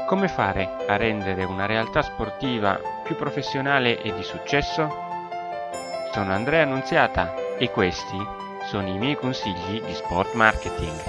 Come fare a rendere una realtà sportiva più professionale e di successo? Sono Andrea Annunziata e questi sono i miei consigli di sport marketing.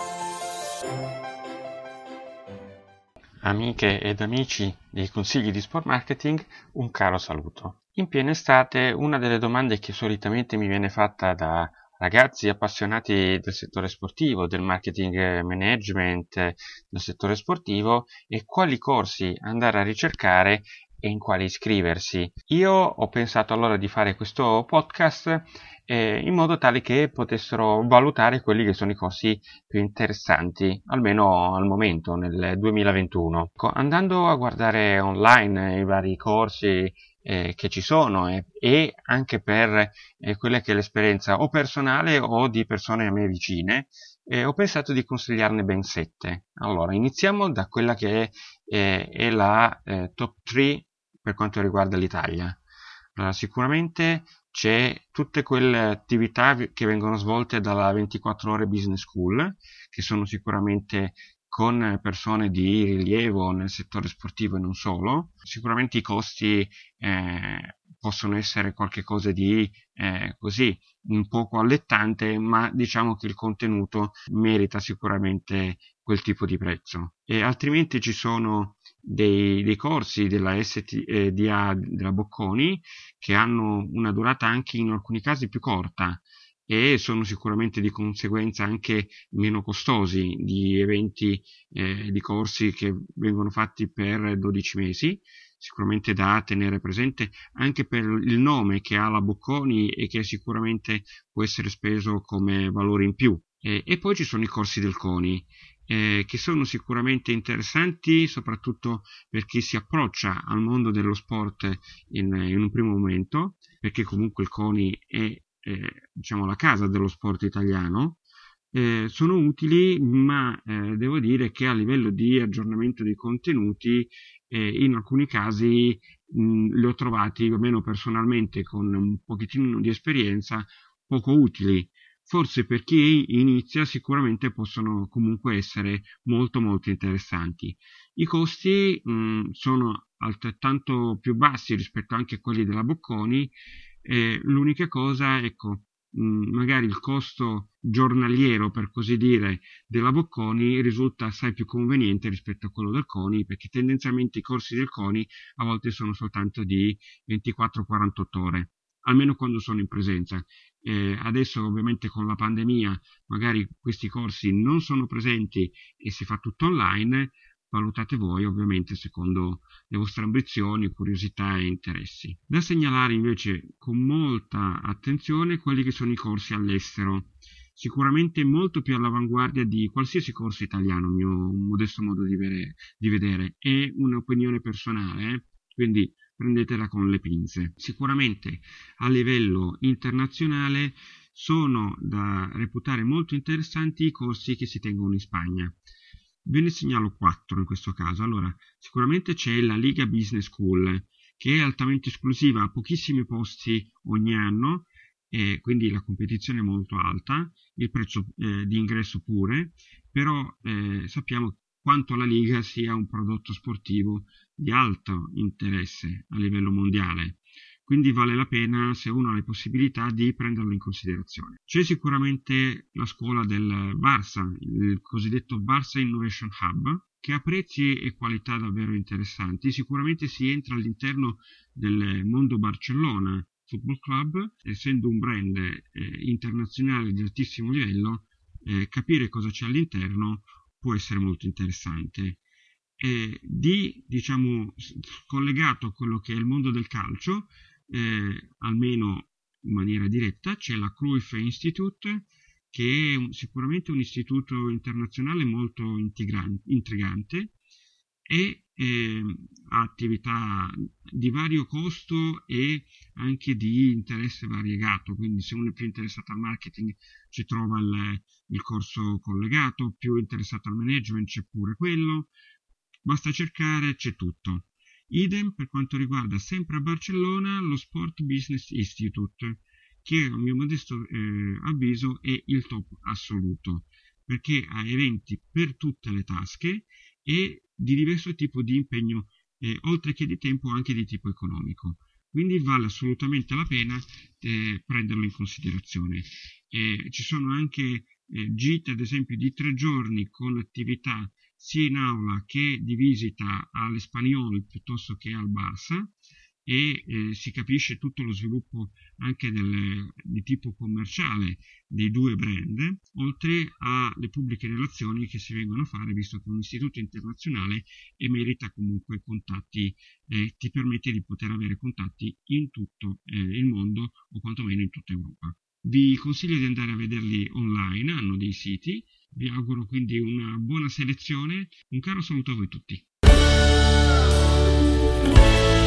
Amiche ed amici dei consigli di sport marketing, un caro saluto. In piena estate, una delle domande che solitamente mi viene fatta da ragazzi appassionati del settore sportivo, del marketing management, del settore sportivo, è quali corsi andare a ricercare e in quali iscriversi. Io ho pensato allora di fare questo podcast in modo tale che potessero valutare quelli che sono i corsi più interessanti, almeno al momento, nel 2021. Andando a guardare online i vari corsi che ci sono e anche per quella che è l'esperienza o personale o di persone a me vicine, ho pensato di consigliarne ben 7. Allora, iniziamo da quella che è la top 3 per quanto riguarda l'Italia. Allora, sicuramente c'è tutte quelle attività che vengono svolte dalla 24 ore Business School, che sono sicuramente con persone di rilievo nel settore sportivo e non solo. Sicuramente i costi possono essere qualcosa di così un poco allettante, ma diciamo che il contenuto merita sicuramente quel tipo di prezzo. E altrimenti ci sono dei corsi della STDA della Bocconi che hanno una durata anche in alcuni casi più corta e sono sicuramente di conseguenza anche meno costosi di eventi di corsi che vengono fatti per 12 mesi, sicuramente da tenere presente anche per il nome che ha la Bocconi e che sicuramente può essere speso come valore in più. E poi ci sono i corsi del CONI, che sono sicuramente interessanti soprattutto per chi si approccia al mondo dello sport in un primo momento, perché comunque il CONI è diciamo la casa dello sport italiano. Sono utili, ma devo dire che a livello di aggiornamento dei contenuti in alcuni casi li ho trovati, almeno personalmente con un pochettino di esperienza, poco utili. Forse per chi inizia sicuramente possono comunque essere molto molto interessanti. I costi sono altrettanto più bassi rispetto anche a quelli della Bocconi. L'unica cosa, ecco, magari il costo giornaliero, per così dire, della Bocconi risulta assai più conveniente rispetto a quello del CONI, perché tendenzialmente i corsi del CONI a volte sono soltanto di 24-48 ore, almeno quando sono in presenza. Adesso ovviamente con la pandemia magari questi corsi non sono presenti e si fa tutto online. Valutate voi ovviamente secondo le vostre ambizioni, curiosità e interessi. Da segnalare invece con molta attenzione quelli che sono i corsi all'estero, sicuramente molto più all'avanguardia di qualsiasi corso italiano, mio modesto modo di vedere. È un'opinione personale, quindi prendetela con le pinze. Sicuramente a livello internazionale sono da reputare molto interessanti i corsi che si tengono in Spagna. Ve ne segnalo 4 in questo caso. Allora, sicuramente c'è la Liga Business School, che è altamente esclusiva, ha pochissimi posti ogni anno, e quindi la competizione è molto alta, il prezzo di ingresso pure, però sappiamo quanto la Liga sia un prodotto sportivo di alto interesse a livello mondiale. Quindi vale la pena, se uno ha le possibilità, di prenderlo in considerazione. C'è sicuramente la scuola del Barça, il cosiddetto Barça Innovation Hub, che ha prezzi e qualità davvero interessanti. Sicuramente si entra all'interno del mondo Barcellona Football Club, essendo un brand internazionale di altissimo livello, capire cosa c'è all'interno può essere molto interessante. Diciamo, collegato a quello che è il mondo del calcio, almeno in maniera diretta, c'è la Cruyff Institute, che è sicuramente un istituto internazionale molto intrigante e ha attività di vario costo e anche di interesse variegato, quindi se uno è più interessato al marketing ci trova il corso collegato, più interessato al management c'è pure quello, basta cercare, c'è tutto. Idem per quanto riguarda sempre a Barcellona lo Sport Business Institute, che a mio modesto avviso è il top assoluto, perché ha eventi per tutte le tasche e di diverso tipo di impegno, oltre che di tempo anche di tipo economico. Quindi vale assolutamente la pena prenderlo in considerazione. Ci sono anche gite, ad esempio, di 3 giorni con attività sia in aula che di visita all'Espanyol piuttosto che al Barça, e si capisce tutto lo sviluppo anche di tipo commerciale dei due brand, oltre alle pubbliche relazioni che si vengono a fare, visto che è un istituto internazionale e merita comunque contatti, ti permette di poter avere contatti in tutto il mondo, o quantomeno in tutta Europa. Vi consiglio di andare a vederli online, hanno dei siti. Vi auguro quindi una buona selezione. Un caro saluto a voi tutti.